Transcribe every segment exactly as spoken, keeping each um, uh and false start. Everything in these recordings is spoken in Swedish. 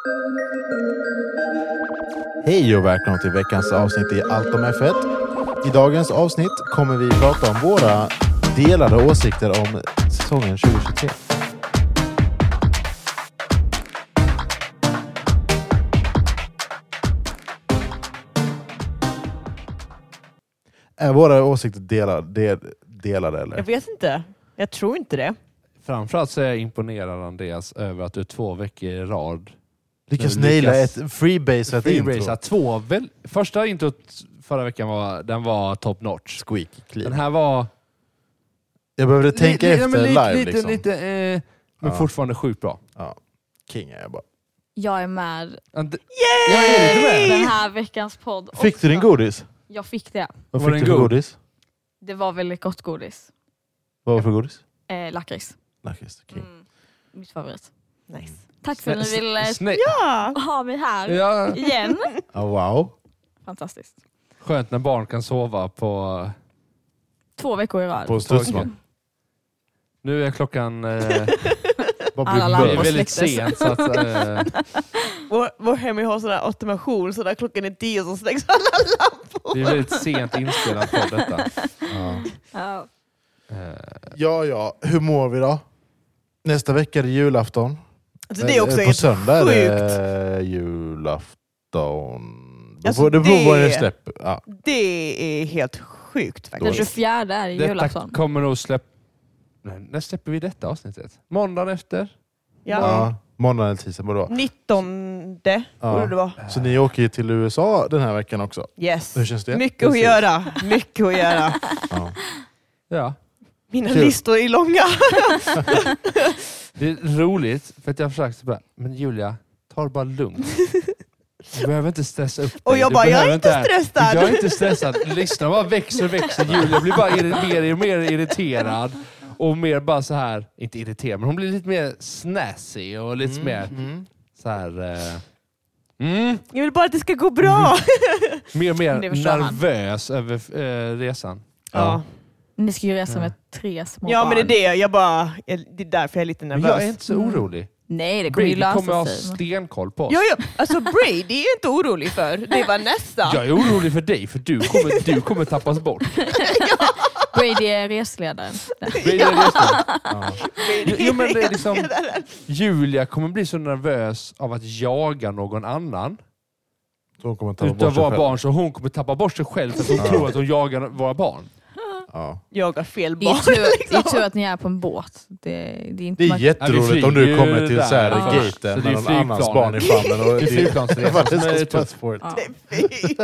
Hej och välkomna till veckans avsnitt i Allt om F ett. I dagens avsnitt kommer vi prata om våra delade åsikter om säsongen tjugo tjugotre. Är våra åsikter delade, del, delade eller? Jag vet inte. Jag tror inte det. Framförallt så är jag imponerad, Andreas, över att du två veckor i rad Lyckas naila ett freebase ett intro. Två väl, första introt förra veckan var den var top notch. Squeak clean. Den här var jag behövde tänka li, efter li, live lite, liksom. lite, eh, men ja. Fortfarande sjukt bra. Ja. King är jag bara. Jag är med. And, Yay! jag är lite med. Den här veckans podd. Fick också. du din godis? Jag fick det. Vad Var fick den du för god? godis? Det var väldigt gott godis. Vad var det för godis? Eh, lakrits. Lakrits. King. Mm. Mitt favorit. Nice. Tack för att ni ville Snä- Ja! ha mig här ja. igen. Oh, wow. Fantastiskt. Skönt när barn kan sova på... Två veckor i rad. På studsman. Nu är klockan... Eh, Vad Alla blir lampor det är börs? väldigt släcktes. sent. Så att, eh, Vår, vår hem har sån här automation så där klockan är tio så släcks alla lampor. det är väldigt sent inspelat på detta. Ja. Ja. Eh, ja, ja. Hur mår vi då? Nästa vecka är det julafton. Alltså det är också på helt söndag är sjukt. det julafton. Alltså det beror på när det det- släpper. Ja. Det är helt sjukt Den faktiskt. tjugofjärde är detta julafton. kommer nog släppa... När släpper vi detta avsnittet? Måndagen efter? Ja. Ja. Måndag eller tisdag borde det vara. nittonde borde det Ja. vara. Så ni åker ju till U S A den här veckan också. Yes. Hur känns det? Mycket att Precis. göra. Mycket att göra. Ja. Ja. Mina Kul. listor är långa. Det är roligt för att jag har försökt så bara, men Julia, ta det bara lugnt. Du behöver inte stressa upp dig. Och jag Du bara, jag behöver är inte här- stressad. Jag är inte stressad. Lyssna bara växer och växer. Julia blir bara irri- mer och mer irriterad. Och mer bara så här, inte irriterad, men hon blir lite mer snazzy och lite Mm, mer mm. så här... Eh, mm, Jag vill bara att det ska gå bra. mer och Det mer förstår han. nervös över eh, resan. Ja. Ni ska ju resa Ja. med tre små Ja, barn. men det är det. Jag bara, jag, det är därför jag är lite Men nervös. jag är inte så Mm. orolig. Nej, det kommer ju Brady lösa kommer ha sig. stenkoll på oss. Ja, ja. Alltså Brady är jag inte orolig för. Det var nästa. Jag är orolig för dig, för du kommer, du kommer tappas bort. Brady är resledaren. Brady är resan. Ja. Jo, jo, men det är liksom, Jag älskar det. Julia kommer bli så nervös av att jaga någon annan Så hon kommer ta bort utav sig våra själv. barn, så hon kommer tappa bort sig själv för att hon Ja. tror att hon jagar våra barn. Ja. Jag har fel Det är, barn. tur, det är liksom. tur att ni är på en båt. Det, det är inte Det är man- jätteroligt Ja, om vi du flyger kommer till där. så här Ja. gaten Så det med är någon flygplanet. annans barn i famnen. Och Det är flygplansresan Vad som det är ska tuff. sport. Ja. Fy.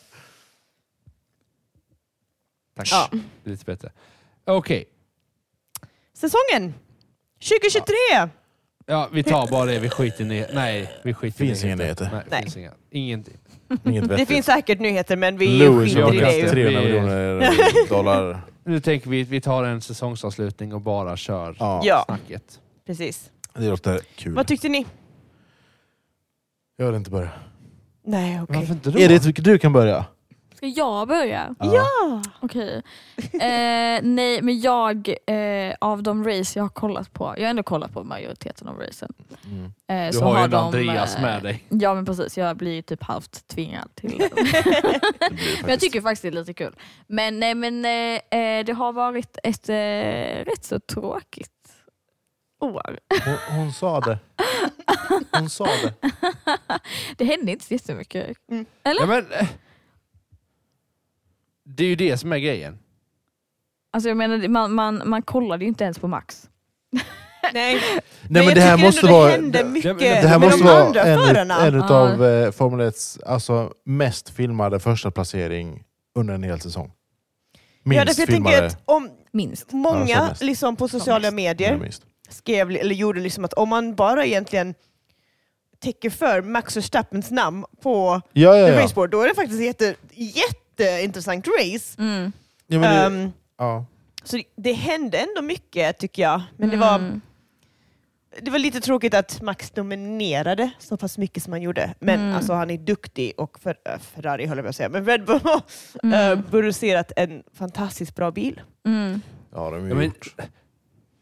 Tack. Ja. Lite bättre. Okej. Säsongen tjugo tjugotre. Ja, vi tar bara det. Vi skiter ner. Nej, vi skiter Finns i inga nyheter. Nej, Nej. finns inga. Ingenting. Inget Det vettigt. finns säkert nyheter men vi Lewis skiter har i orkar det. inte. ju. trehundra Vi- miljoner dollar. Nu tänker vi att vi tar en säsongsavslutning och bara kör Ja, Ja, snacket. precis. det låter kul. Vad tyckte ni? Jag vill inte börja. Nej, okej. Varför inte då? Edith, du kan börja. Ska jag börja? Ja! Okej. Eh, nej, men jag eh, av de race jag har kollat på, jag har ändå kollat på majoriteten av racen. Mm. Eh, Du så har ju en de, Andreas eh, med dig. Ja, men precis. Jag blir ju typ halvt tvingad till det. Det blir Men jag faktiskt- tycker faktiskt det är lite kul. Men, nej, men eh, eh, det har varit ett eh, rätt så tråkigt år. hon, hon sa det. Hon sa det. Det hände inte så jättemycket. Ja, men, eh, det är ju det som är grejen. Alltså jag menar, man, man, man kollade ju inte ens på Max. Nej, Nej, men jag det här tycker måste ändå vara... det hände Det, mycket det det här med måste de vara andra en, förarna. en Ja. utav eh, Formel ett alltså, mest filmade första placering under en hel säsong. Minst Ja, därför jag filmade. tänker att om Minst. Ja, många som mest. liksom på sociala mest. medier Ja, minst. skrev eller gjorde liksom att om man bara egentligen täcker för Max Verstappens namn på Ja, ja, The ja. Raceboard, då är det faktiskt jätte, jätteintressant race. Mm. ja, men det, Ehm, ja. så det, det hände ändå mycket tycker jag. Men det var, Mm. det var lite tråkigt att Max dominerade så pass mycket som han gjorde. Men Mm. alltså, han är duktig och för, äh, Ferrari höll jag på att säga, men Red Bull har Mm. äh, producerat en fantastiskt bra bil. Mm. ja, de har Ja, men, gjort.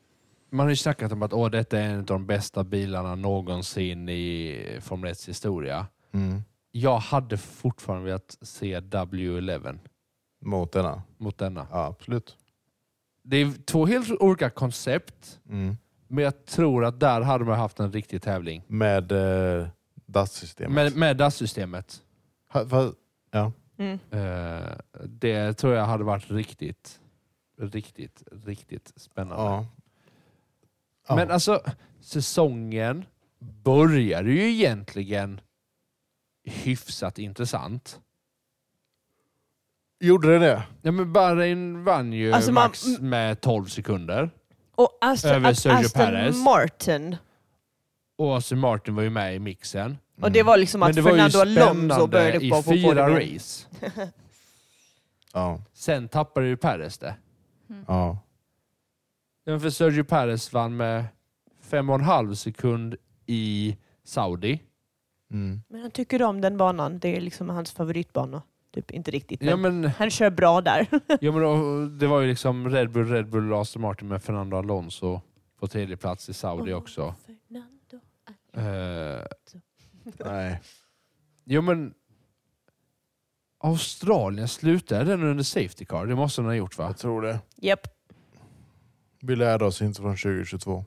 man har ju snackat om att åh, detta är en av de bästa bilarna någonsin i Formel ett historia. Mm. Jag hade fortfarande velat se W elva Mot denna. mot denna. Ja, absolut. Det är två helt olika koncept, Mm. men jag tror att där hade man haft en riktig tävling. Med eh, D A S-systemet. Med, med D A S-systemet. Ha, va, ja. Mm. Eh, det tror jag hade varit riktigt, riktigt, riktigt spännande. Ja. Ja. Men alltså, säsongen började ju egentligen hyfsat intressant. Gjorde det det? Ja, men Bahrain vann ju Alltså man- max med tolv sekunder. Och Aston, Över att Sergio Aston Perez. Martin. Och Aston Martin var ju med i mixen. Och det var liksom Men att det var ju Fernando Alonso började spännande i på på fyra podiet. race. Ja. Sen tappade ju Perez det. Ja. Ja, för Sergio Perez vann med fem och en halv sekund i Saudi. Mm. Men han tycker om den banan. Det är liksom hans favoritbana. Typ inte riktigt. Men Ja, men, han kör bra där. ja, men då, det var ju liksom Red Bull, Red Bull och Aston Martin med Fernando Alonso på tredje plats i Saudi också. Uh, Nej. jo, men Australien slutade den under safety car. Det måste den ha gjort, va? Jag tror det. Japp. Vi lärde oss inte från tjugo tjugotvå.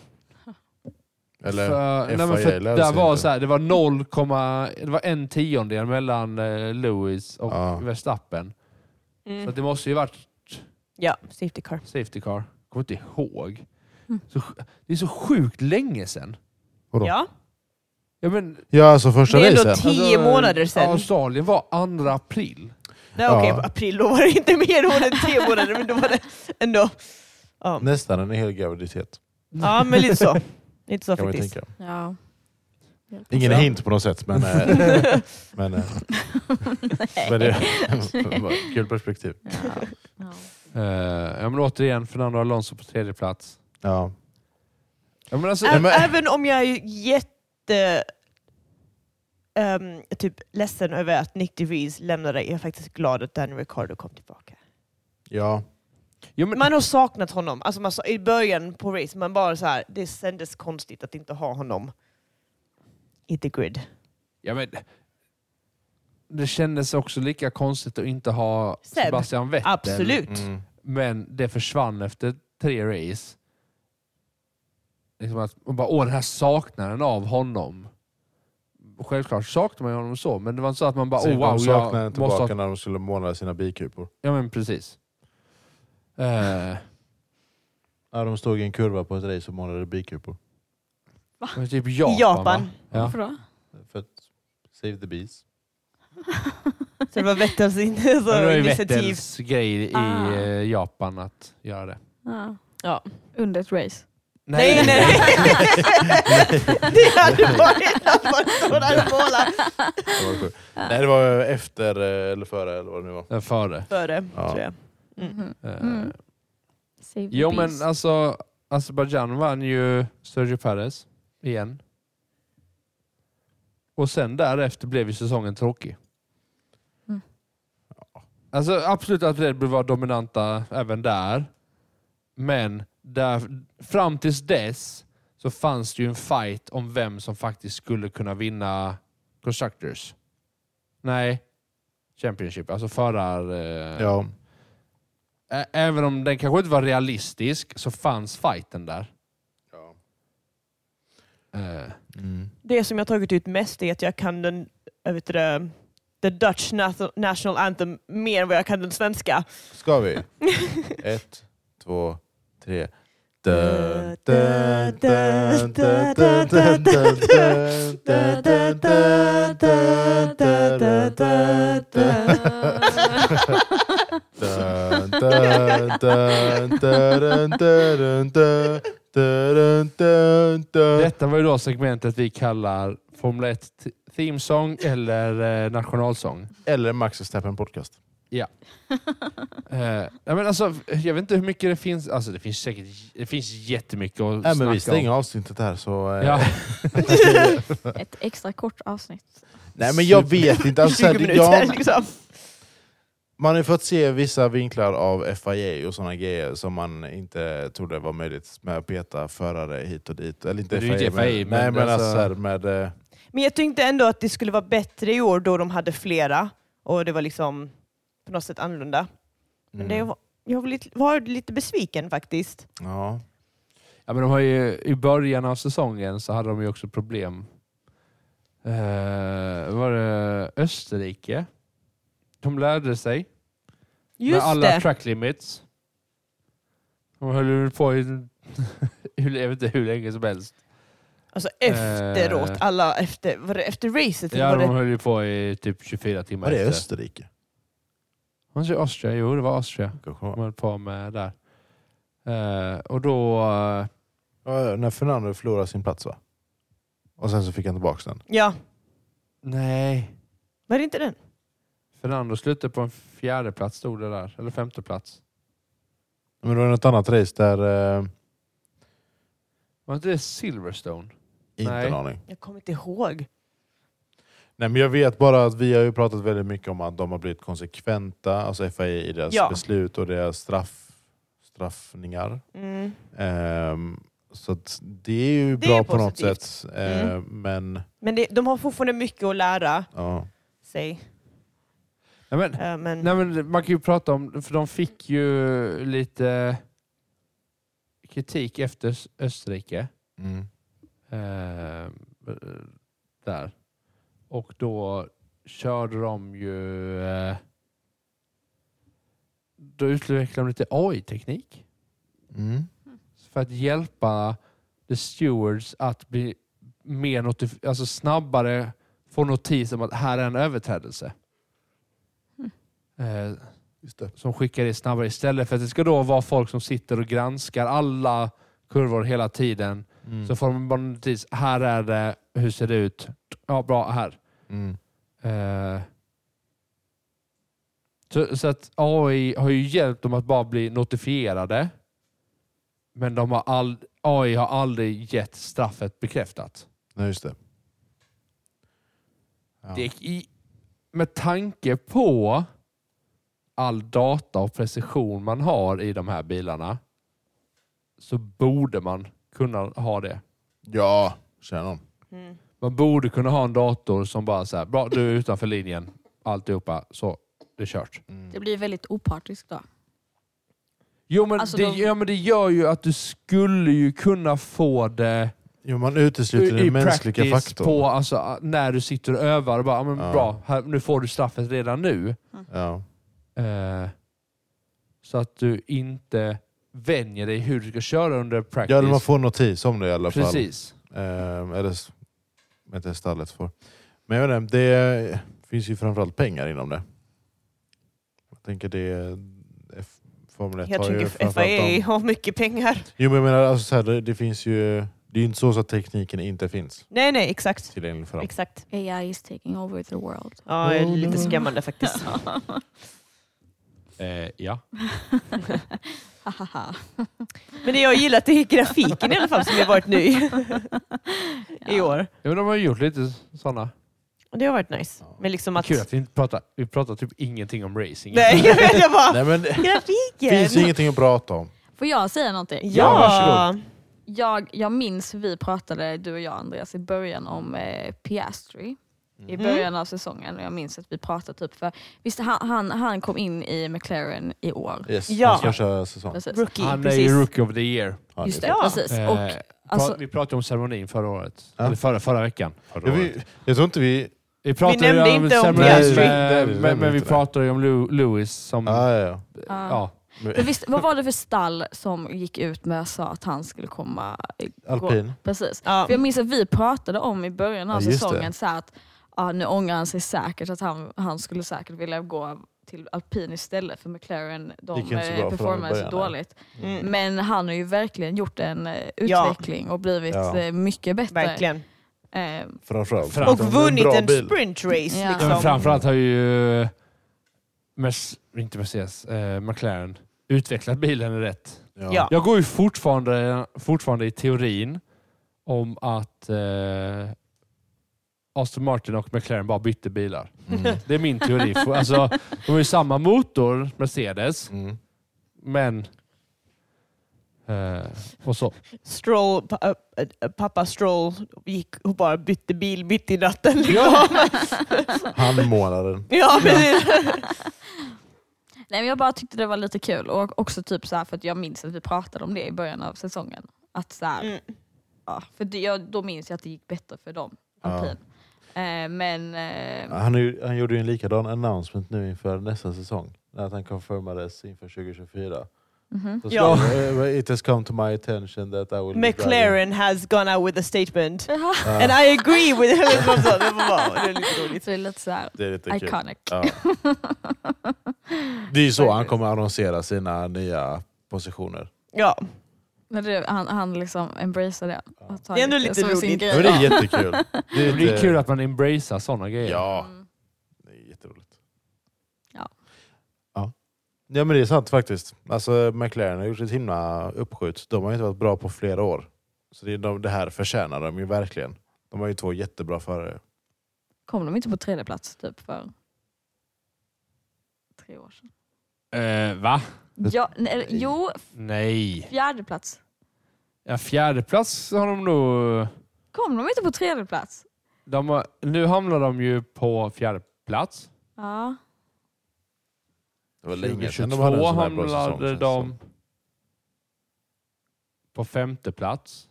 Eller För, nej, F I A men för lärde där sig var inte. så här, det var noll, det var en tiondel mellan eh, Lewis och Ja. Verstappen. Så Mm. att det måste ju varit Ja, safety car. safety car. Kommer inte ihåg. Mm. Så, det är så sjukt länge sedan. Vadå? Ja, Ja, men, Ja, alltså första det är ändå racen. tio månader sedan. Australien var andra april. Nej, okej, Ja. april då var det inte mer än tio månader, men då var det ändå... Ja, Nästan en hel graviditet. ja men lite så. Lite så Kan man faktiskt. tänka. Ja. Ingen Ja. hint på något sätt, men, eh, men, eh, men det var kul perspektiv. Ja. Ja. Uh, ja, men återigen, Fernando Alonso på tredje plats. Ja. Ja, men alltså, Ä- men- Även om jag är jätte um, typ ledsen över att Nick DeVries lämnade, är jag faktiskt glad att Daniel Ricciardo kom tillbaka. Ja. ja, men, Man har saknat honom. Alltså man sa, i början på race, man bara så här, det kändes konstigt att inte ha honom i the grid. ja, men, det kändes också lika konstigt att inte ha Seb. Sebastian Vettel. Absolut. Mm. Men det försvann efter tre race. Liksom att man bara, åh, den här saknaden av honom. Självklart saknar man honom så, men det var inte så att man bara, Sen åh kom wow, saknaden jag tillbaka måste ha... när de skulle måla sina bikupor. Ja, men precis. Uh, Ja, de stod i en kurva på ett race och målade bikupor. typ Japan, I Japan. va? Ja. Varför då? För att save the bees. Så det var Vettels in- Men det var så ju initiativ. Vettels grej i Ah. eh, Japan att göra det. Ja. Ja. Under ett race. Nej, nej, nej. Det hade varit att man står där och målar. Det var sjukt. Nej, det var efter eh, eller före eller vad det nu var. Den före. Före, Ja. tror jag. Mm. Mhm. Eh, Mm. Save the Jo, bees. men alltså Azerbaijan vann ju Sergio Perez igen. Och sen därefter blev ju säsongen tråkig. Mm. Alltså absolut att Red Bull var dominanta även där. Men där, fram tills dess så fanns det ju en fight om vem som faktiskt skulle kunna vinna Constructors. Nej, Championship, alltså förar... Eh, Ja. Ä- Även om den kanske inte var realistisk så fanns fighten där. Ja. Eh, Mm. Det som jag tagit ut mest är att jag kan den, jag vet det, the Dutch national, national anthem mer än vad jag kan den svenska. Ska vi? Ett, två, tre. Detta var ju då segmentet vi kallar Formel ett t- theme song eller eh, nationalsång. Eller Max Verstappen podcast. Eh, ja, men alltså, jag vet inte hur mycket det finns. Alltså, det finns säkert det finns jättemycket att Nej, men vi snacka stänger om. avsnittet här så... eh, Ja. Ett extra kort avsnitt. Nej, men jag vet inte. Alltså, tjugo det- minuter jag, liksom. Man har fått se vissa vinklar av F I A och sådana grejer som man inte trodde var möjligt med att peta förare hit och dit. Eller inte Det är ju inte F I A, F I A, men, nej, men men alltså- alltså här med... eh, Men jag tyckte ändå att det skulle vara bättre i år då de hade flera. Och det var liksom på något sätt annorlunda. Men mm. det var, jag var lite, var lite besviken faktiskt. Ja. Ja, men de har ju, i början av säsongen så hade de ju också problem. Eh, var det Österrike? De lärde sig Just med alla det. track limits. De höll ju på i, hur- jag vet inte hur länge som helst. Alltså efteråt, Eh. alla efter, var det efter racet? eller Ja, var de det, höll ju på i typ tjugofyra timmar Var det efter. Österrike? Man säger Austria, jo det var Austria. Kanske De var. höll på med där. Eh, och då... eh, Ja, när Fernando förlorade sin plats, va? Och sen så fick han tillbaka den. ja, nej. var det inte den? Fernando slutade på en fjärde plats stod det där. Eller femte plats. Men det var något annat race där... Eh, Var inte det Silverstone? inte Nej. en aning. Jag kommer inte ihåg. Nej, men jag vet bara att vi har ju pratat väldigt mycket om att de har blivit konsekventa, alltså F I A i deras Ja. beslut och deras straff, straffningar. Mm. Ehm, så att det är ju Det bra är på något positivt. sätt. Ehm, Men Men det, de har fortfarande mycket att lära ja. sig. Nej, men, Eh, men, nej, men man kan ju prata om... För de fick ju lite kritik efter Ös- Österrike. Mm. Eh, där. Och då körde de ju... Eh, då utvecklade de lite A I-teknik. Mm. För att hjälpa the stewards att bli mer notif- alltså snabbare få notis om att här är en överträdelse. Eh, Just det. som skickar det snabbare istället för att det ska då vara folk som sitter och granskar alla kurvor hela tiden. Mm. Så får man bara notis, här är det, hur ser det ut? Ja, bra, här. Mm. Eh, så, så att A I har ju hjälpt dem att bara bli notifierade. Men de har all, A I har aldrig gett straffet bekräftat. Nej, just det. Ja. Det är i, med tanke på all data och precision man har i de här bilarna så borde man kunna ha det. Ja, känner de. mm. Man borde kunna ha en dator som bara så här, bra, du är utanför linjen, alltihopa, så det är kört. Mm. Det blir väldigt opartiskt då. Jo, men, Alltså det, de- ja, men det gör ju att du skulle ju kunna få det Jo, man utesluter i den mänskliga practice faktorn. på, alltså, när du sitter och övar och bara, ja, men Ja. bra, här, nu får du straffet redan nu. Ja. Eh, så att du inte vänjer dig hur du ska köra under practice. Ja, eller man får notis om det i alla fall. Precis. Ehm, eller s- vet inte, stallet får. Men jag vet inte, det finns ju framförallt pengar inom det. Jag tänker det... F- Formel ett Jag har ju tycker F framförallt I A de- har mycket pengar. Jo, men jag menar, alltså, så här, det, det finns ju... Det är ju inte så, så att tekniken inte finns Nej, nej, exakt. tillgänglig för dem. Exakt. A I is taking over the world. Ja, det är Oh, lite no. skrämmande faktiskt. Eh, ja. Hahaha. Men det jag gillar det är grafiken i alla fall som har varit ny i Ja. år. Ja, men de har ju gjort lite sådana. Och det har varit nice. Men liksom att... Kul att vi inte pratar, vi pratar typ ingenting om racing. Nej, jag vet jag bara... Nej, men det Grafiken! finns ju ingenting att prata om. Får jag säga någonting? Ja! Ja, varsågod. Jag, jag minns vi pratade, du och jag Andreas, i början om eh, Piastri. I Mm. början av säsongen. Och jag minns att vi pratade typ för... Visst, han, han, han kom in i McLaren i år. Yes, Ja. han ska köra säsong. Precis. Rookie, Han är precis. ju rookie of the year. Ja, Just det. det, Ja. precis. Eh, Och, alltså, pra- vi pratade om ceremonin förra året. Ja. Eller förra, förra veckan. Förra Ja, året. vi, jag tror inte vi... Vi pratade Vi nämnde ju om inte om ceremonin, Piastri. men- Nej, det men, nämnde men vi inte det. pratade ju om Lew- Lewis som... Ja, ja, ja. ja. ja. Men visst, vad var det för stall som gick ut med och sa att han skulle komma igår? Alpin. Precis. Ja. För jag minns att vi pratade om i början av Ja, just säsongen det. så här att ja, nu ångrar han sig säkert att han, han skulle säkert vilja gå till alpin istället för McLaren. De Gick inte så eh, bra för dem i performade så början, dåligt. Mm. Men han har ju verkligen gjort en eh, Ja. utveckling och blivit Ja. eh, mycket bättre. Verkligen. Eh, Framförallt. Fram- Och De har vunnit bra en bil. sprintrace. Ja. Ja, Liksom. men framförallt har ju Merc- inte Mercedes, eh, McLaren utvecklat bilen rätt. Ja. Ja. Jag går ju fortfarande, fortfarande i teorin om att eh, Aston Martin och McLaren bara bytte bilar. Mm. Det är min teori. Alltså, de har ju samma motor, Mercedes, Mm. men eh, och så. Stroll, pa, äh, pappa Stroll gick och bara bytte bil mitt i natten. Ja. Handmålaren. Ja, precis. Nej, men jag bara tyckte det var lite kul. Och också typ så här, för att jag minns att vi pratade om det i början av säsongen. Att så här, Mm. ja, för det, jag, då minns jag att det gick bättre för dem. Alpin. Eh, men... Eh, Han, är ju- han gjorde ju en likadan announcement nu inför nästa säsong. När att han confirmades inför tjugo tjugofyra. mhm. Då Ja. ska, eh, It has come to my attention that I will be McLaren has gone out with a statement. Jaha. And I agree with it. Det var det är lite roligt. Så det är lite så här Det är lite kul. iconic. Ja. Det är ju så han kommer annonsera sina nya positioner. Ja, Men det, han, han liksom embracear det. Och tar Det är ändå det lite som sin roligt. grej. Men det är jättekul. Det är, Det är lite- kul att man embracear sådana grejer. Ja, Mm. det är jätteroligt. Ja. Ja. Ja, men det är sant faktiskt. Alltså McLaren har gjort ett himla uppskjut. De har inte varit bra på flera år. Så det, är de, det här förtjänar de ju verkligen. De har ju två jättebra förare. Kom de inte på tredje plats typ för tre år sedan? Eh, va? Ja, nej, jo, Nej. fjärde plats. Ja, fjärde plats har de nog... Kom de inte på tredje plats? De har, nu hamnar de ju på fjärde plats. Ja. Det var länge sedan de hade en tjugohundratjugotvå sån här bra säsong. hamnade känns det som. de på femte plats.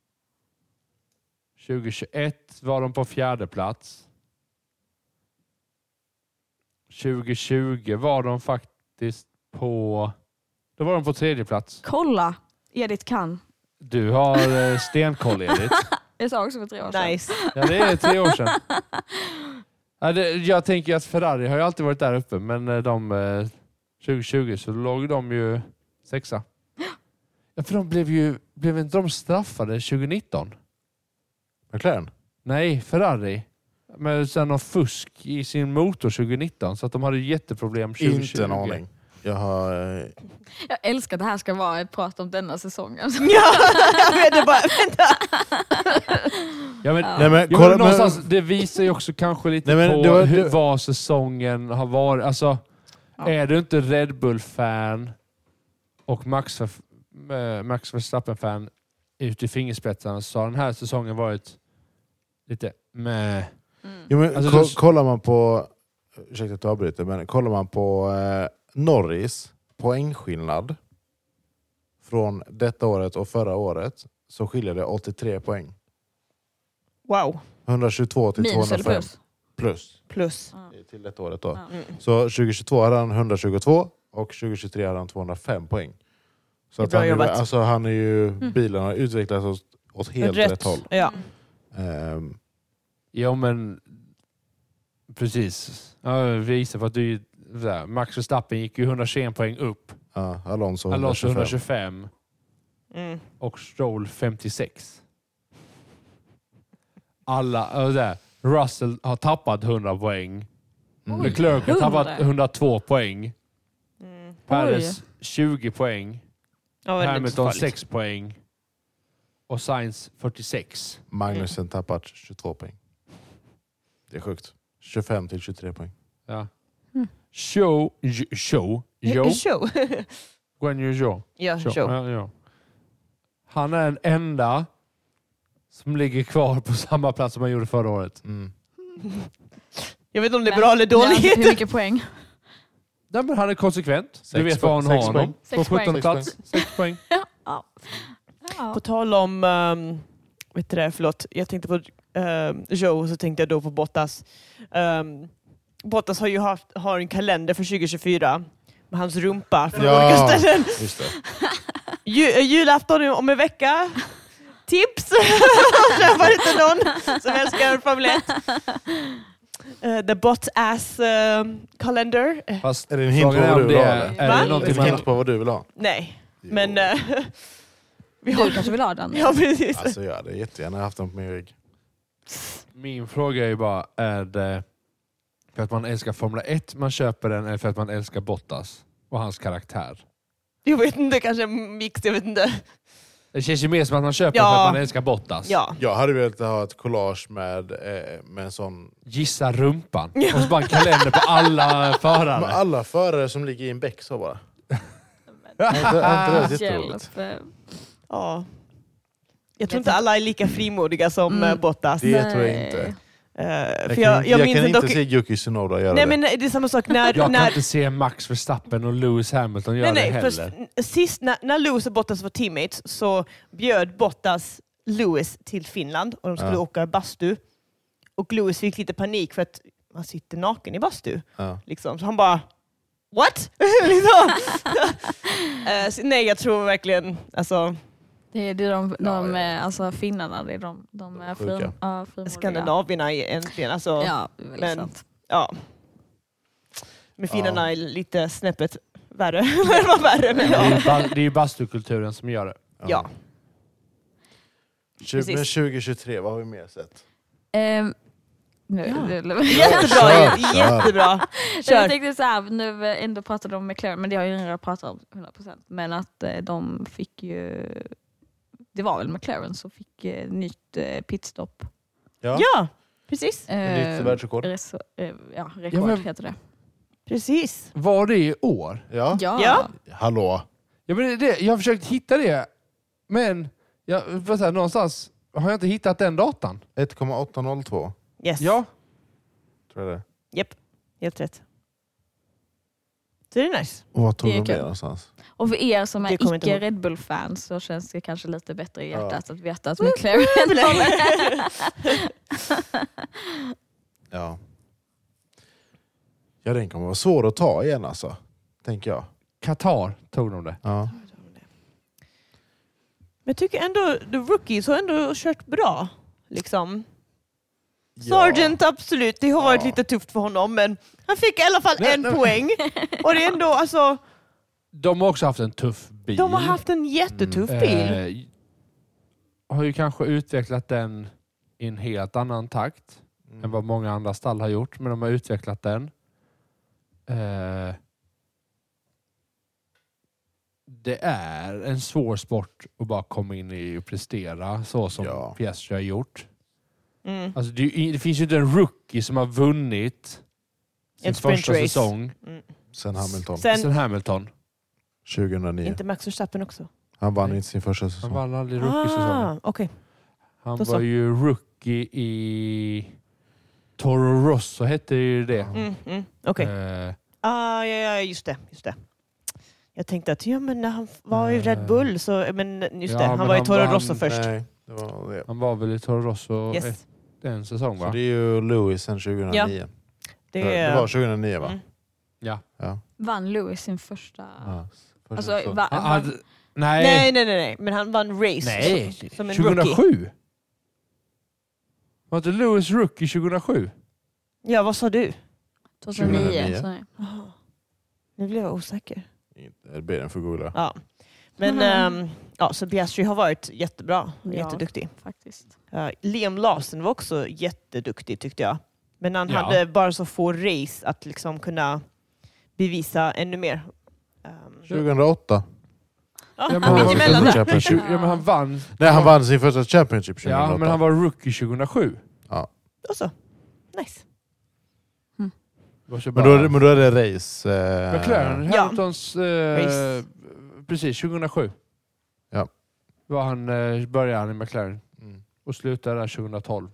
tjugohundratjugoett var de på fjärde plats. tjugohundratjugo var de faktiskt på... Då var de på tredje plats. Kolla, Edith kan. Du har eh, stenkoll, Edith. Jag sa också för tre år sedan. nice. Ja, det är tre år sedan. Ja, det, jag tänker att Ferrari har ju alltid varit där uppe, men eh, de eh, tjugohundratjugo så låg de ju sexa. Ja, för de blev ju blev inte de straffade tjugonitton? McLaren? Nej, Ferrari. Men sen någon fusk i sin motor tjugonitton, så att de hade jätteproblem tjugotjugo. Inte en aning. Jag har... eh, Jag älskar att det här ska vara ett prat om denna säsongen. Ja, jag vet det bara. Vänta. Ja, men, Ja. Nej, men, jo, kolla, men någonstans, men, det visar ju också kanske lite Nej, men på det var- hur, det- vad säsongen har varit. Alltså, Ja. är du inte Red Bull-fan och Max, Ver- eh, Max Verstappen-fan ute i fingerspetsarna, så har den här säsongen varit lite med. Mm. jo, men Alltså, ko- du- kollar man på... Ursäkta att jag avbryter, men kollar man på eh, Norris poängskillnad från detta året och förra året så skiljer det åttiotre poäng. Wow. etthundratjugotvå till Minus eller tvåhundrafem. plus? Plus. Plus. Ja. Till detta året då. Ja. Mm. Så tjugohundratjugotvå hade han etthundratjugotvå och tjugohundratjugotre hade han tvåhundrafem poäng. Så Det är att bra han, är, jobbat. alltså han är ju, Mm. bilen har utvecklats åt, åt helt rätt, håll. Ja. Ehm, Ja, men precis. Ja, visar för att du där, Max Verstappen gick ju etthundratjugoett poäng upp. ja, Alonso Alonso etthundratjugofem. etthundratjugofem Mm. och Stroll femtiosex. Alla, äh, där. Russell har tappat hundra poäng. Mm. Oj. Leclerc har tappat hundra. hundratvå poäng. Mm. Perez tjugo poäng. Ja, väldigt Hamilton farligt. sex poäng. Och Sainz fyrtiosex. Magnussen tappat tjugotvå poäng. Det är sjukt. tjugofem till tjugotre poäng. Ja. Mm. Show, j- show, Joe, Show. Guan Yu Zhou. Ja, Show. show. Ja, ja. Han är den enda som ligger kvar på samma plats som han gjorde förra året. Mm. Jag vet inte om det är bra eller Ja, dåligt. hur mycket poäng? Nej, men han är konsekvent. Sex du vet var han poäng. har Sex honom. poäng. På Sex poäng. sjuttonde plats. Sex Sex poäng. Ja. Ja. På tal om, um, vet du det, förlåt, jag tänkte på um, Joe, så tänkte jag då på Bottas. Um, Bottas har ju haft, har en kalender för tjugo tjugofyra med hans rumpa från Ja. olika ställen. Just det. Ju, julafton om en vecka. Tips! Var det inte någon som älskar Formel ett? Uh, the Bot Ass uh, Calendar. Uh, Fast Är det en hint på frågan är vad om du det vill ha? är, eller? är Va? det Är någonting det en man... hint på vad du vill ha? nej, Jo. men uh, vi Du har... kanske vill ha den? Ja, precis. Alltså jag hade jättegärna haft den på min rygg. Min fråga är ju bara, är det för att man älskar Formel ett man köper den, eller för att man älskar Bottas och hans karaktär? Jag vet inte, kanske en mix, jag vet inte. Det känns ju mer som att man köper Ja. för att man älskar Bottas. Ja. Jag hade velat ha ett collage med, eh, med en sån... Gissa rumpan. Och så bara en kalender på alla förare. Med alla förare som ligger i en bäck så bara. Är inte, är inte det jätteroligt? Hjälp. ja. Jag tror inte alla är lika frimodiga som Mm. mm. Bottas. Det Nej. tror jag inte. Uh, Jag, för kan, jag, inte- jag, jag minns kan inte dock... se Yuki Tsunoda göra Nej det. men det är samma sak när... Jag kan när inte se Max Verstappen och Lewis Hamilton göra nej, nej, det först, heller. sist när, när Lewis och Bottas var teammates så bjöd Bottas Lewis till Finland och de skulle Ja. åka åka bastu. Och Lewis fick lite panik för att man sitter naken i bastu. Ja. Liksom. Så han bara, what? liksom. uh, så, nej, jag tror verkligen, alltså, Det är det de, de Ja, ja. eh, alltså finnarna, det är de, de är Sjuka. fri, ja, frimodiga. skandinavierna egentligen. Alltså, ja. Ja, det är väldigt Men- sant. ja. Men finnarna Ja. är lite snäppet värre. Det var värre, men Det är ja. ju ba- det är ju bastukulturen som gör det. ja. Tjugo- Men tjugo tjugotre, vad har vi mer sett? Ehm, nu, Ja. nu, Jättebra, Kör, kör. jättebra. Jag Kör. tänkte så här, nu ändå pratade om McLaren, men det har jag ju redan pratat om hundra procent. Men att eh, de fick ju, det var väl McLaren som fick eh, nytt eh, pitstop. Ja, Ja, precis. nytt Eh, världsrekord. res- eh, ja, rekord Ja, men- heter det. Precis. Var det i år? Ja. Ja. Ja. Hallå. Ja, men det, det, jag har försökt hitta det, men jag, för så här, någonstans har jag inte hittat den datan. ett komma åtta noll två Yes. Ja, tror jag det. Japp, helt rätt. Så det är nice. Och vad tog Det är de det kul. någonstans? Och för er som Det är kommer inte icke ihåg. Red Bull-fans så känns det kanske lite bättre i Ja. hjärtat att veta att McLaren Ja. Ja, den kommer vara svår att ta igen alltså. Tänker jag. Qatar tog de det. Ja. Men jag tycker ändå The Rookies har ändå kört bra. Liksom. Ja. Sargent, absolut. Det har varit Ja. lite tufft för honom, men han fick i alla fall Nej, en nej. poäng. Och det är ändå, alltså, De har också haft en tuff bil. de har haft en jättetuff Mm. bil. Eh, har ju kanske utvecklat den i en helt annan takt än vad många andra stall har gjort, men de har utvecklat den. Eh, det är en svår sport att bara komma in i och prestera så som Ja. Piastri har gjort. Mm. Alltså det, är ju- det finns ju inte en rookie som har vunnit sin Ett sprint första race. säsong Mm. Sen Hamilton. Sen, sen Hamilton. tjugohundranio. inte Max Verstappen också? Han vann inte sin första Han säsong. vann aldrig rookie-säsongen. Ah, okej. Han Då så. var ju rookie i Toro Rosso hette ju det. Mm, mm, okej. Eh, Ah, ja, ja, just det, just det. Jag tänkte att ja, men när han var i Red Bull så, men just Ja, det, han men var i han Toro vann- Rosso först. Nej, det var det. han var väl i Toro Rosso Yes. ett, en säsong Så va? det är ju Lewis sen tjugohundranio. Det Det, är, det var tjugohundranio va? Mm. Ja. Ja. vann Lewis sin första... Ja. Första Alltså, säsong. va, Han va, hade, nej, nej, nej, nej, nej, men han vann race Nej. som, som en rookie. tjugohundrasju. Var inte Lewis rookie tjugohundrasju? Ja, vad sa du? tjugohundranio. tjugohundranio. Så, nej. Aha. Nu blev jag osäker. Det blir den för googla. Ja. Men Mhm. ehm, ja, så Piastri har varit jättebra, Ja. jätteduktig. Faktiskt. Uh, Liam Lawson var också jätteduktig tyckte jag. Men han Ja. hade bara så få race att liksom kunna bevisa ännu mer. Um, tjugohundraåtta. ja, men han han mitt var- emellan där. Championship. Ja, men han vann. Nej, han vann sin första Championship tjugohundraåtta. Ja, men han var rookie tjugohundrasju. Och så. Nice. Det var så Men bara- då, men då är det race. Eh, McLaren, Ja. Hamiltons... Eh, Race. precis, tjugohundrasju. Ja. Var han, eh, började han i McLaren Mm. och slutade där tjugohundratolv.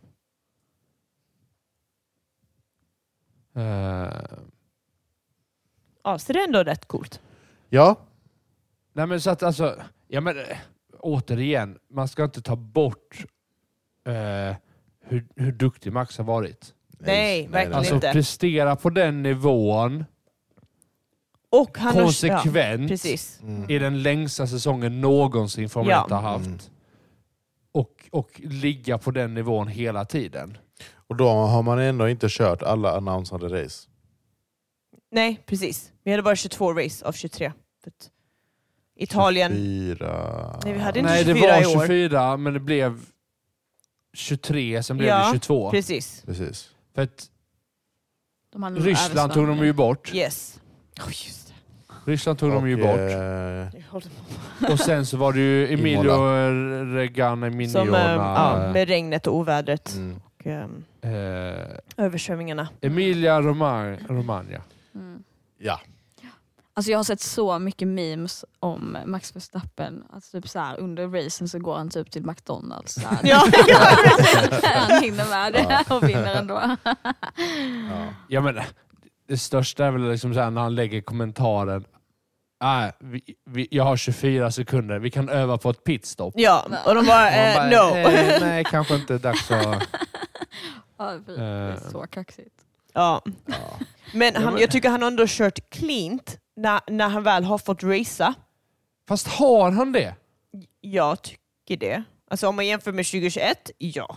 Eh, Ja, så det är ändå rätt coolt. Ja, nej men så att alltså, ja men eh, återigen, man ska inte ta bort eh, hur, hur duktig Max har varit. Nej, verkligen Alltså inte. prestera på den nivån Och han har- konsekvent Ja, precis. Mm. i den längsta säsongen någonsin Formel Ja. ett har haft. Mm. Och, och ligga på den nivån hela tiden. Och då har man ändå inte kört alla annonsade race. Nej, precis. Vi hade bara tjugotvå race av tjugotre. För att Italien... tjugofyra. Nej, vi hade inte Nej, det tjugofyra var i år. tjugofyra men det blev tjugotre, sen blev Ja, det tjugotvå. Precis. Precis. För att De hade Ryssland tog de ju bort. Yes. Oh, just det. Ryssland tog och, de ju bort. Eh, Och sen så var det ju Emilio Regana Mignona. Som, eh, ja, med regnet och ovädret. mm. Och, um, eh, översvämningarna. Emilia Romagna. Romagna. Mm. Ja. Alltså jag har sett så mycket memes om Max Verstappen. Alltså typ så här, under racen så går han typ till McDonalds. Så här. Ja, Han hinner med det och vinner ändå. Ja. Ja, men det största är väl liksom så här när han lägger kommentaren. Äh, vi, vi, jag har tjugofyra sekunder. Vi kan öva på ett pitstop. ja, och de bara, Och han eh, bara, no. eh, nej, kanske inte dags att... Ja, det är så kaxigt. Ja. Ja. Men Ja, han, men- jag tycker han har ändå kört cleant när, när han väl har fått racea. Fast har han det? Jag tycker det. Alltså om man jämför med tjugohundratjugoett, ja.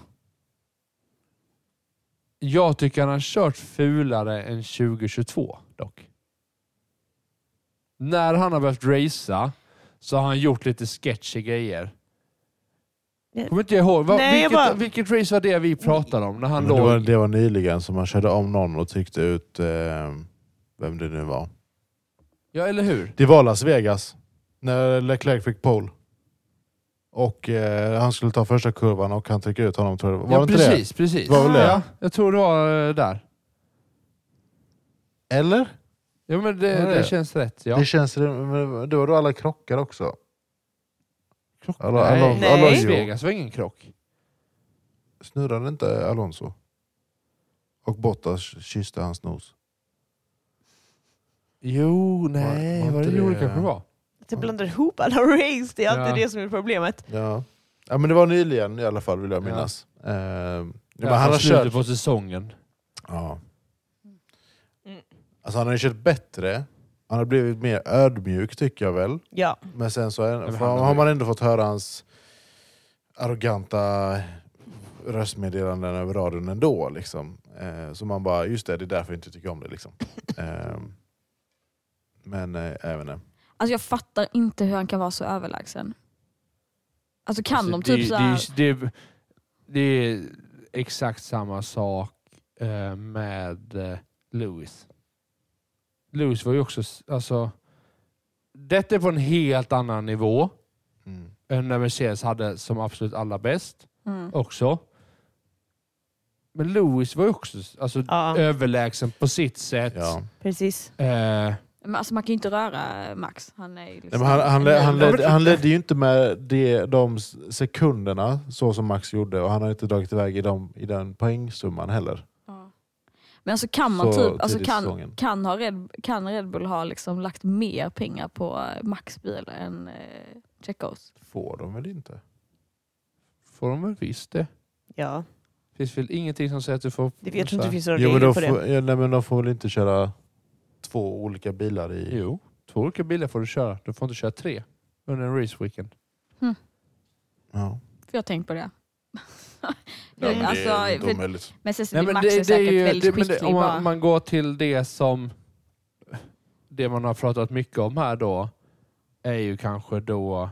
Jag tycker han har kört fulare än tjugohundratjugotvå dock. När han har behövt racea så har han gjort lite sketchy grejer. Ja. Kommer inte jag ihåg. Va, Nej, vilket, jag bara- vilket race var det vi pratade om? När han Men det, var, låg... det var nyligen som man körde om någon och tryckte ut eh, vem det nu var. Ja, eller hur? Det var Las Vegas när Leclerc fick pole. Och eh, han skulle ta första kurvan och han tryckte ut honom, tror jag. Var Ja, det inte precis, det? precis. Var väl det? Ja, jag tror det var eh, där. Eller? Ja, men det, Var det? det känns rätt. Ja. Det känns men det var då alla krockar också. Krock. Alla- Nej, alla- Nej. Las Vegas var ingen krock. Snurrade inte Alonso? Och Bottas kysste hans nos. Jo, nej. Var- var Var det inte det det- det kanske var? Jag blandar ihop alla race, det är alltid Ja. det som är problemet. Ja. Ja, men det var nyligen i alla fall, vill jag Ja. minnas. Eh, ja, men Ja, han har slutet kört... på säsongen. Ja. Mm. Alltså han har ju kört bättre. Han har blivit mer ödmjuk, tycker jag väl. Ja. Men sen så är, men för han har har ju- man ändå fått höra hans arroganta röstmeddelanden över radion ändå. Liksom. Eh, så man bara, just det, det är därför jag inte tycker om det. Liksom. Eh, men eh, även det. Alltså jag fattar inte hur han kan vara så överlägsen. Alltså kan Alltså, de det, typ så här... det, det, det är exakt samma sak eh, med eh, Lewis. Lewis var ju också... s- Alltså, detta är på en helt annan nivå Mm. än när Mercedes hade som absolut allra bäst Mm. också. Men Lewis var ju också alltså, Ja. överlägsen på sitt sätt. Ja. Precis. Eh, Men alltså man kan ju inte röra Max. Han är ju liksom... Nej, men han, han, led, han, Ja, led, men- han ledde ju inte med det, de sekunderna så som Max gjorde, och han har inte dragit iväg i, dem, i den poängsumman heller. Ja. Men alltså kan man Så typ... Alltså tidigt i kan, säsongen. kan, ha Red, kan Red Bull ha liksom lagt mer pengar på Max bil än eh, Checos? Får de väl inte? får de väl visst det. Ja. Finns väl ingenting som säger att du får... Det, jag tror inte det finns några Jo, men regler de på det. får, ja, nej, men de får väl inte köra två olika bilar i... Jo, två olika bilar får du köra. Du får inte köra tre under en race weekend. Ja. För jag har tänkt på det. Ja, men det alltså, är inte för- omöjligt. men sen så Nej, blir men Max är det, det är säkert ju, väldigt det, men det, skicklig. om bara. man, man går till det som det man har pratat mycket om här då är ju kanske då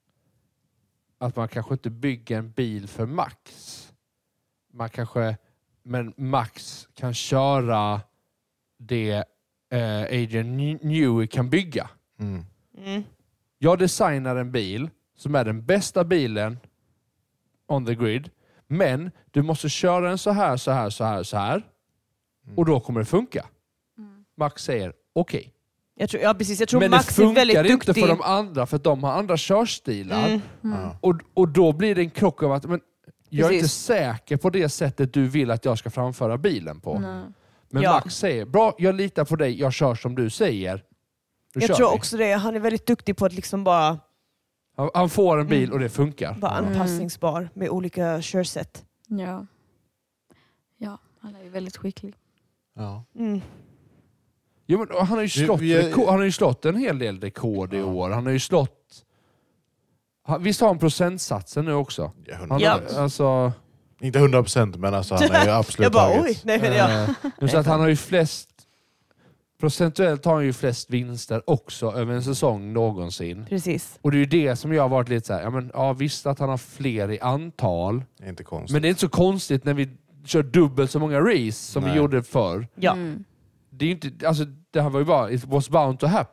att man kanske inte bygger en bil för Max. Man kanske, men Max kan köra det eh, Adrian Newey kan bygga. Mm. Mm. Jag designar en bil som är den bästa bilen on the grid, men du måste köra den så här, så här, så här, så här. Mm. Och då kommer det funka. Mm. Max säger okej. Jag tror, ja, precis. Jag tror Men Max det är väldigt funkar inte duktig. för de andra, för att de har andra körstilar. Mm. Mm. Ja. Och, och då blir det en krock av att men, jag är inte Precis. säker på det sättet du vill att jag ska framföra bilen på. Nej. Men Ja. Max säger, bra, jag litar på dig, jag kör som du säger. Nu Jag kör tror vi. också det. Han är väldigt duktig på att liksom bara Han, han får en bil Mm. och det funkar. vara Mm. anpassningsbar med olika körsätt. Ja. Ja, han är ju väldigt skicklig. Ja. Mm. Jo, men han, har ju slått Vi- vi- rekord, han har ju slått en hel del rekord i Ja. år. Han har ju slått... Han, visst har han procentsatsen nu också? Ja, Han, hundra Ja. procent. Alltså, Inte hundra procent, men alltså, han är ju absolut Jag bara taget. oj. Nej, men ja. eh, så att han har ju flest... Procentuellt har han ju flest vinster också över en säsong någonsin. Precis. Och det är ju det som jag har varit lite så här, ja, men, ja visst att han har fler i antal. Det är inte konstigt. Men det är inte så konstigt när vi kör dubbelt så många race som Nej. vi gjorde förr. Ja. Mm. Det är ju inte, alltså det här var ju bara, it was bound to happen.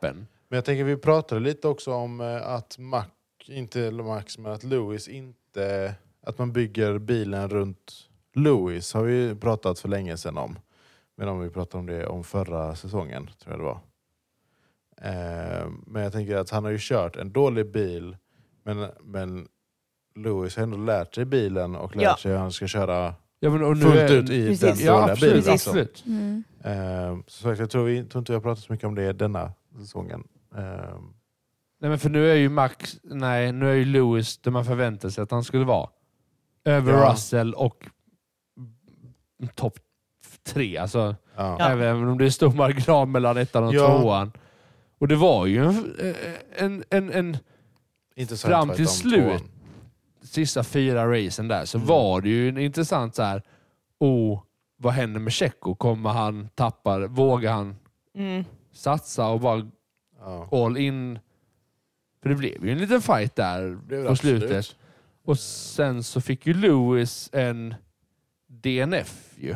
Men jag tänker vi pratade lite också om eh, att Max, inte Max, men att Lewis inte, att man bygger bilen runt Lewis har vi pratat för länge sedan om. Men om vi pratade om det om förra säsongen, tror jag det var. Eh, men jag tänker att han har ju kört en dålig bil, men, men Lewis har ändå lärt sig bilen och lärt Ja. sig hur han ska köra Ja, men och nu fullt är, ut i Precis. den Ja, dåliga absolut. bilen. absolut. Mm. Eh, så sagt, jag tror, vi, tror inte vi har pratat så mycket om det denna säsongen. Eh, Nej, men för nu är ju Max, nej, nu är ju Lewis där man förväntar sig att han skulle vara. Över Ja. Russell och topp tre. Alltså, ja. Ja. även om det är stor marginal mellan ettan och Ja. tvåan. Och det var ju en, en, en, en Intressant Fram fight till om slut. tvåan. sista fyra racen där så Mm. var det ju en intressant så här. Oh, vad händer med Checo? Kommer han tappa? Vågar han Mm. satsa och bara Ja. all in? För det blev ju en liten fight där Det på slutet. Och sen så fick ju Lewis en D N F ju.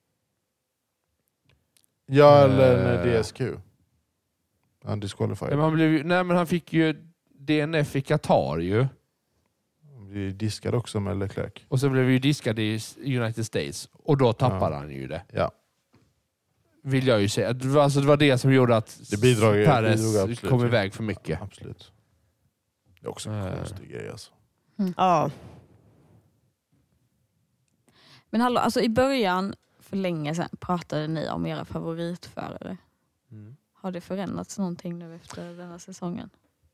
Ja, eller en Eh. D S Q. Han disqualified. Men han, blev ju, nej, men han fick ju D N F i Qatar ju. Han blir diskad också med Leclerc. Och så blev vi ju diskade i United States. Och då tappade Ja. han ju det. Ja. Vill jag ju säga. Det var, alltså, det var det som gjorde att Det bidrog- bidrog Perez absolut, kom ja. iväg för mycket. Absolut. Det är också en Eh. konstig grej alltså. Ja. Men hallå, alltså i början, för länge sedan, pratade ni om era favoritförare. Har det förändrats någonting nu efter denna säsongen?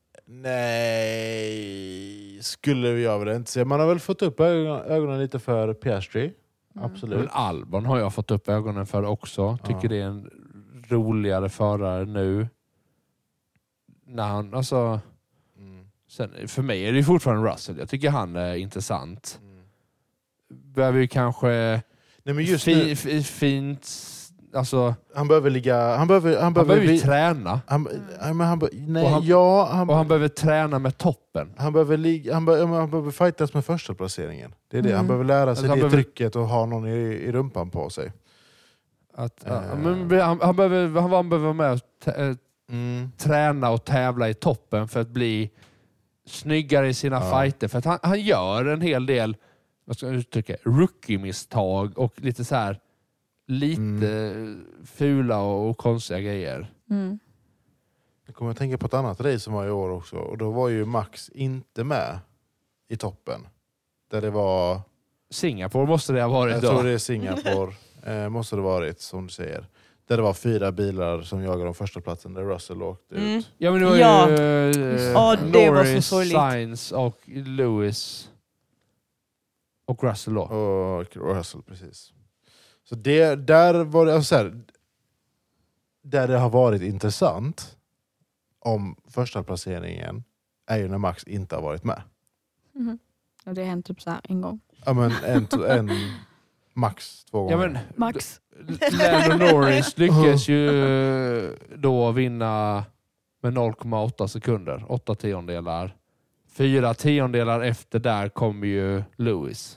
Nej, skulle jag väl inte säga. Man har väl fått upp ögonen, ögonen lite för Piastri. Mm. Absolut. Men Albon har jag fått upp ögonen för också. Tycker Ja. det är en roligare förare nu. När han, alltså, Mm. sen, för mig är det fortfarande Russell. Jag tycker han är intressant. Mm. Behöver ju kanske Nej, men just fi, nu, fi, fint... Alltså, han behöver ligga... Han behöver... Han han behöver, behöver ju vi- träna. han, nej, men han, be- nej, Och han- ja, han, Och han behöver träna med toppen. han behöver ligga, han, be, han behöver fightas med första placeringen. Det är det. Mm. Han behöver lära sig Alltså, han det behöver- trycket och ha någon i, i rumpan på sig. Att, Eh. ja, men han, han, behöver, han behöver vara med och t- eh, Mm. träna och tävla i toppen för att bli snyggare i sina Ja. fighter. För att han, han gör en hel del, vad ska jag uttrycka, rookie-misstag och lite så här lite fula och, och konstiga grejer. Mm. Jag kommer att tänka på ett annat race som var i år också. Och då var ju Max inte med i toppen. Där det var... Singapore måste det ha varit Jag då. tror det är Singapore. eh, måste det varit, som du säger. Där det var fyra bilar som jagade om första platsen där Russell åkte Mm. ut. Ja, men det var Ja. ju eh, Ja, det var så Norris, sorgligt. Sainz och Lewis och Russell då. Och Russell, precis. Så det, där var det, alltså så här, där det har varit intressant om första placeringen är ju när Max inte har varit med. Mhm. Och det har hänt typ så här en gång. Ja, men en, en max två gånger. Ja, men Max. Lando Norris lyckas ju då vinna med noll komma åtta sekunder. Åtta tiondelar. Fyra tiondelar efter där kommer ju Lewis.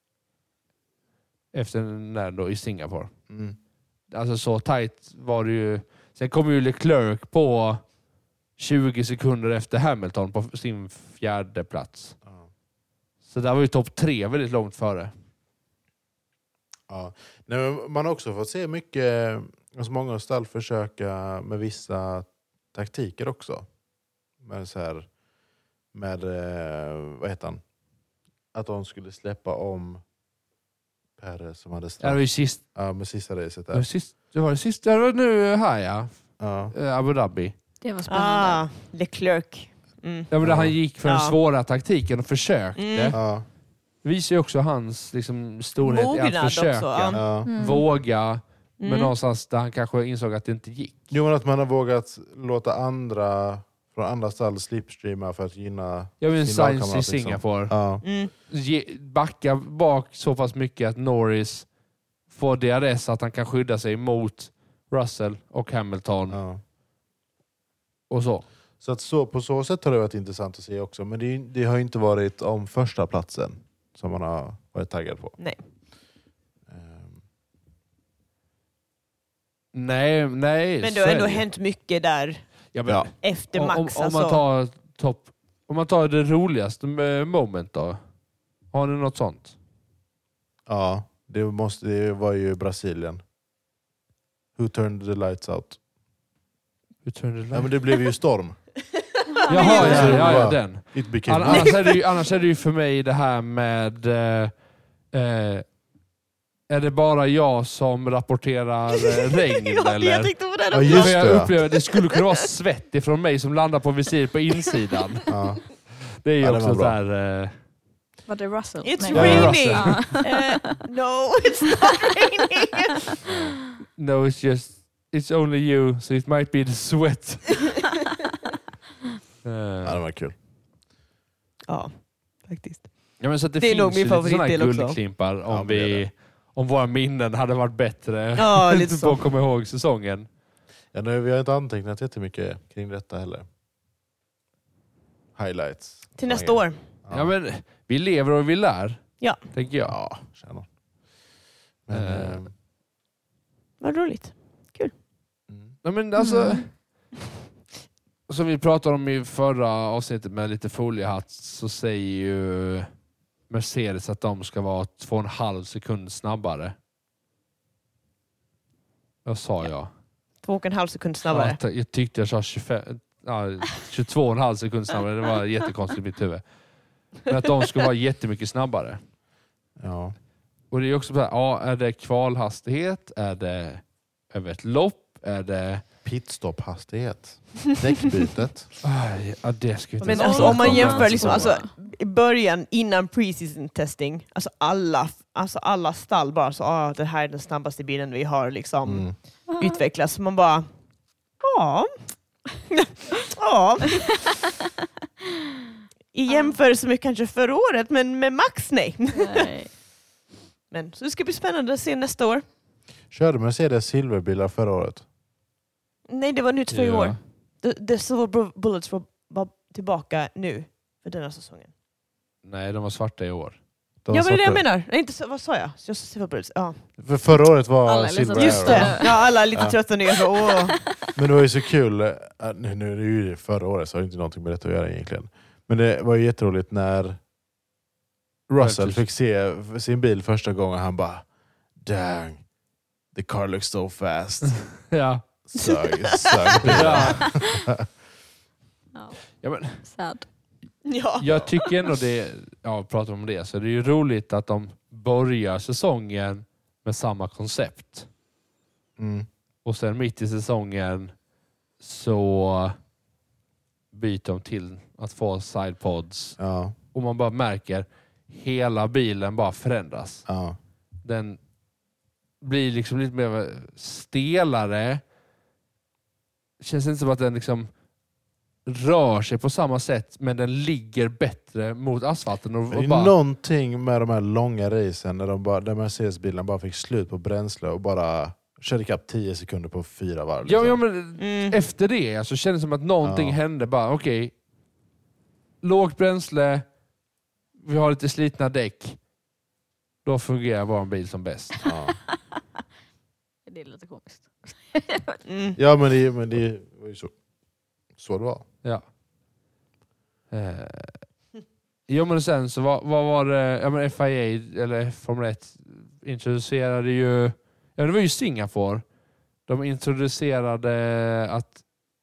Efter den där då i Singapore. Mm. Alltså så tajt var det ju. Sen kommer ju Leclerc på tjugo sekunder efter Hamilton på sin fjärde plats. Ja. Så där var ju topp tre väldigt långt före. Ja. Nej, men man har också fått se mycket, alltså många stall försöka med vissa taktiker också. Med så här, med, eh, vad heter han? Att de skulle släppa om Perez som hade Det straff. var ju sist, Ja, med sista racet det var där. sist, det var det sista, det var nu här ja. Ja. Eh, Abu Dhabi. Det var spännande. Ah, Leclerc. Mm. Ja, men där Ja. han gick för den Ja. svåra taktiken och försökte. Mm. Ja. Det visar ju också hans liksom, storhet i Mognad att försöka. också, ja. Ja. Mm. Våga, men Mm. någonstans där han kanske insåg att det inte gick. Jo, men att man har vågat låta andra från andra stall slipstreama för att gynna Jag vill sin Sainz i lagkamrat, liksom. Singapore. Ja. Mm. Ge, backa bak så pass mycket att Norris får D R S att han kan skydda sig mot Russell och Hamilton Ja. och så. Så, att så på så sätt har det varit intressant att se också. Men det, det har ju inte varit om första platsen som man har varit taggad på. Nej. Ehm, Nej, nej. Men så det har är ändå det ju. hänt mycket där. Ja, men, Ja. Efter om, Max om, om alltså. man tar topp, om man tar det roligaste moment då. Har ni något sånt? Ja, det, måste, det var ju Brasilien. Who turned the lights out? Hur turned the Ja, light? men det blev ju storm. Jaha, ja, Så det ja, ja, var- den. It became An- annars, är det ju, annars är det ju för mig det här med... Eh, eh, är det bara jag som rapporterar eh, regn? Ja, eller? jag tänkte på det Ja, också. just För jag det. upplever det skulle kunna vara svett ifrån mig som landar på visir på insidan. Ja. Det är ju Ja, det också var så bra. här... Eh, Var det Russell? It's Ja, raining! Russell. Eh, no, it's not raining! no, it's just... It's only you, so it might be the sweat. Eh, Ja, det var kul. Ja, faktiskt. ja, men så att det, Det är finns nog min ju lite såna här favoritdel också. guldklimpar om, Ja, men det är vi, om våra minnen hade varit bättre. Ja, lite på så. att komma ihåg säsongen. Ja, nu, vi har inte antecknat jättemycket kring detta heller. Highlights. Till nästa år. Ja, Ja, men vi lever och vi lär. Ja. Tänker jag. ja tjena. Men, Eh. eh, Vad roligt. mm. Ja, men alltså, Mm. som vi pratade om i förra avsnittet med lite foliehatt, så säger ju Mercedes att de ska vara två och en halv sekund snabbare. Vad sa jag? Två och en halv sekund snabbare. Ja, jag tyckte jag sa tjugofem, ja, tjugotvå och en halv sekund snabbare. Det var jättekonstigt i mitt huvud. Men att de ska vara jättemycket snabbare. Ja. Och det är också så här, ja, är det kvalhastighet? Är det över ett lopp? Är det... Pitstop-hastighet. Däckbytet. Aj, ja, det ska vi inte Men ens alltså, prata om man om. jämför liksom, alltså- alltså, i början innan preseason testing, alltså alla, alltså alla stall bara så ah, det här är den snabbaste bilen vi har liksom Mm. utvecklats. Man bara, ja. Ja. I jämförelse med kanske förra året, men med Max nej. Nej. Men så det ska bli spännande att se nästa år. Körde Mercedes silverbilar förra året? Nej, det var nytt för i Ja. år. The, the Silver Bu- Bullets var, var tillbaka nu för denna säsongen. Nej, de var svarta i år. De Ja, men det är det jag svarta. menar. Nej, inte, så- vad sa jag? Jag sa Silver Bullets. Ja. För förra året var Alla är liksom Silver Just Arrow. det. Ja, alla är lite Ja. trötta nu. Jag bara, åh. Men det var ju så kul. äh, Nu, nu är det ju förra året så har det inte någonting med detta att göra egentligen. Men det var ju jätteroligt när Russell fick se sin bil första gången. Han bara, dang, the car looks so fast. Ja. Sög, sög bilen. Ja. Ja. Ja, men, Sad. Ja. jag tycker ändå det, ja, pratar om det, så det är ju roligt att de börjar säsongen med samma koncept. Mm. Och sen mitt i säsongen så byter de till att få sidepods. Ja, Och man bara märker hela bilen bara förändras. ja. Den blir liksom lite mer stelare. Känns inte som att den liksom rör sig på samma sätt, men den ligger bättre mot asfalten. Och, Det och är bara, någonting med de här långa racen när, de bara, där Mercedes-bilen bara fick slut på bränsle och bara körde ikapp tio sekunder på fyra varv. ja, liksom. ja, men Mm. efter det alltså, kändes det som att någonting Ja. hände. Bara okej, lågt bränsle, vi har lite slitna däck. Då fungerar vår bil som bäst. Ja. Det är lite komiskt. Mm. Ja, men det, men det var ju så, så det var. Ja. Eh. Jo, men sen så vad, vad var det, ja, men F I A eller Formel ett introducerade ju, ja, det var ju Singapore. De introducerade att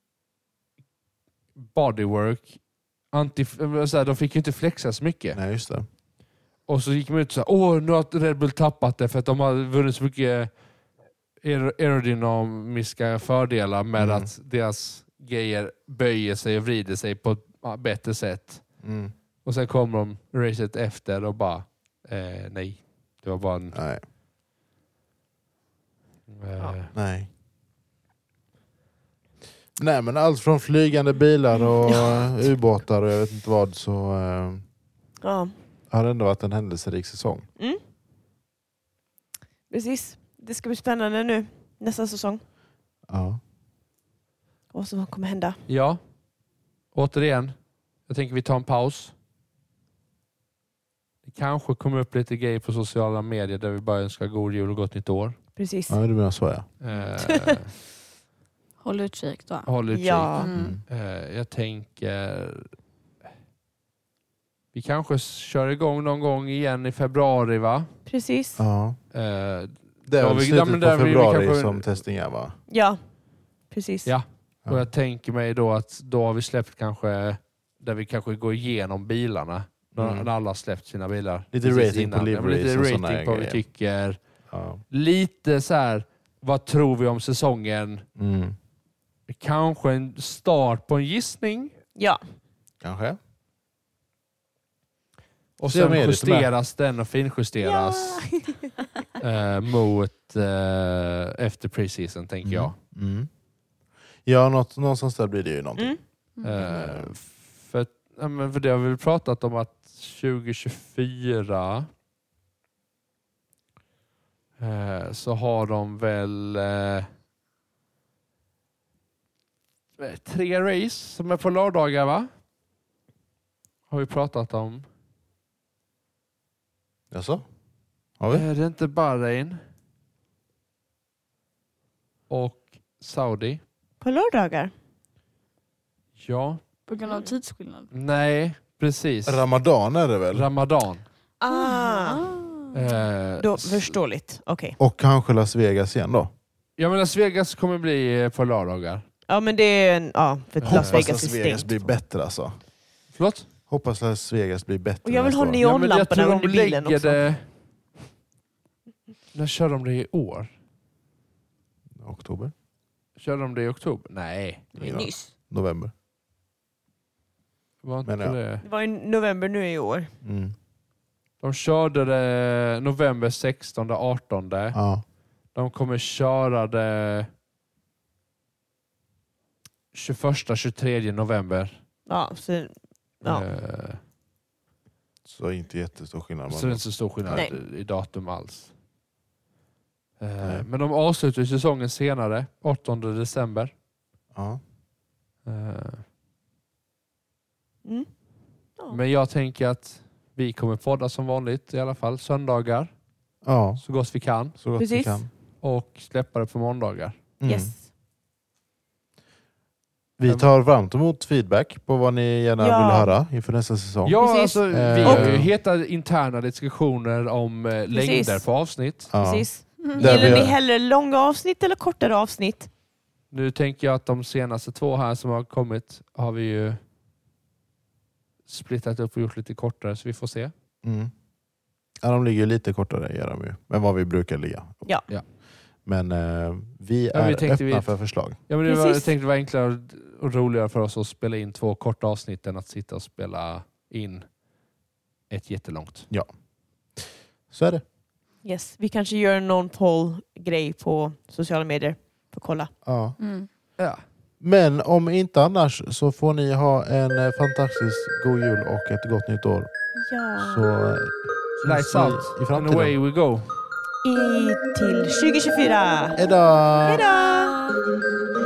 bodywork, anti, så här, de fick ju inte flexa så mycket. Nej, just det. Och så gick man ut och sa, åh, nu har Red Bull tappat det för att de har vunnit så mycket aer- aerodynamiska fördelar med Mm. att deras grejer böjer sig och vrider sig på ett ja, bättre sätt. Mm. Och sen kommer de racet efter och bara, eh, nej. Det var bara en... Nej. Eh, Nej. Nej, men allt från flygande bilar och ubåtar och jag vet inte vad, så eh, Ja. har det ändå varit en händelserik säsong. Mm. Precis. Det ska bli spännande nu nästa säsong. Ja. Vad som kommer hända. ja. Återigen. Jag tänker vi tar en paus. Det kanske kommer upp lite grejer på sociala medier där vi bara önskar god jul och gott nytt år. Precis. Ja, du menar så, ja. Eh, Håll utkik då. Håll utkik. Ja. Mm. Eh, jag tänker... Vi kanske kör igång någon gång igen i februari, va? Precis. Ja. Eh, Det är Ja, väl vi- slutet ja, men på där vi- vi februari kanske- som testing är, va? Ja, precis. Ja. Ja. Och jag tänker mig då att då har vi släppt kanske... Där vi kanske går igenom bilarna. När, Mm. när alla har släppt sina bilar. Lite precis rating på innan. Ja, men liveries Lite och rating såna på vad vi grejer. tycker. Ja. Lite så här, vad tror vi om säsongen? Mm. Kanske en start på en gissning. Ja. Kanske. Och Se sen med lite med. justeras den och finjusteras eh, mot eh, efter preseason, tänker Mm. jag. Mm. Ja, något, någonstans där blir det ju någonting. Mm. Eh, för, ja, men för det har vi väl pratat om att tjugo tjugofyra eh, så har de väl eh, tre race som är på lördagar, va? Har vi pratat om. Jaså? Har vi? Är det inte Bahrain och Saudi? På lördagar. Ja. På grund av tidsskillnad. Nej, precis. Ramadan är det väl? Ramadan. Ah. Eh, Då, förståeligt. Okej. Och kanske Las Vegas igen då? Ja, men Las Vegas kommer bli på lördagar. Ja, men det är en... Ja, för Hoppas Las Hoppas Vegas är Las Vegas stängt. blir bättre alltså. Förlåt? Hoppas Las Vegas blir bättre. Och jag vill nästa ha år. neon- Neonlamporna under bilen också. det... När kör de det i år? Oktober? Kör de det i oktober? Nej. Det är nyss. November. Var inte Men ja. det? Det var i november nu i år. Mm. De körde det november sextonde artonde. Ja. De kommer köra det tjugoförsta tjugotredje november. Ja, så... Ja. Eh, Så inte jättestor skillnad. Så det är inte så stor skillnad Nej. i datum alls. Eh, Nej. Men de avslutar säsongen senare, åttonde december. Ja. Eh, Mm. Ja. Men jag tänker att vi kommer podda som vanligt i alla fall söndagar Ja, så gott vi kan så gott vi Precis. kan. och släppa det på måndagar. Mm. Yes. Vi tar varmt emot feedback på vad ni gärna Ja. vill höra inför nästa säsong. Ja, Precis. alltså, vi Eh, har ju heta interna diskussioner om eh, Precis. längder på avsnitt. Ja. Precis. Mm. Där Gillar vi- ni hellre långa avsnitt eller kortare avsnitt? Nu tänker jag att de senaste två här som har kommit har vi ju splittat upp och gjort lite kortare så vi får se. Mm. Ja, de ligger ju lite kortare gör de ju, än vad vi brukar ligga. Ja. Ja. Men eh, vi Ja, är vi tänkte öppna vi- för förslag. Ja, men det var, Precis. jag tänkte det var enklare och roligare för oss att spela in två korta avsnitt än att sitta och spela in ett jättelångt. Så är det. Yes. Vi kanske gör någon poll-grej på sociala medier för att kolla. Ja. Mm. Ja. Men om inte annars så får ni ha en eh, fantastisk god jul och ett gott nytt år. Ja. Så eh, Lights ses vi out i and framtiden. away we go. I till tjugo tjugofyra. Hejdå! Hejdå!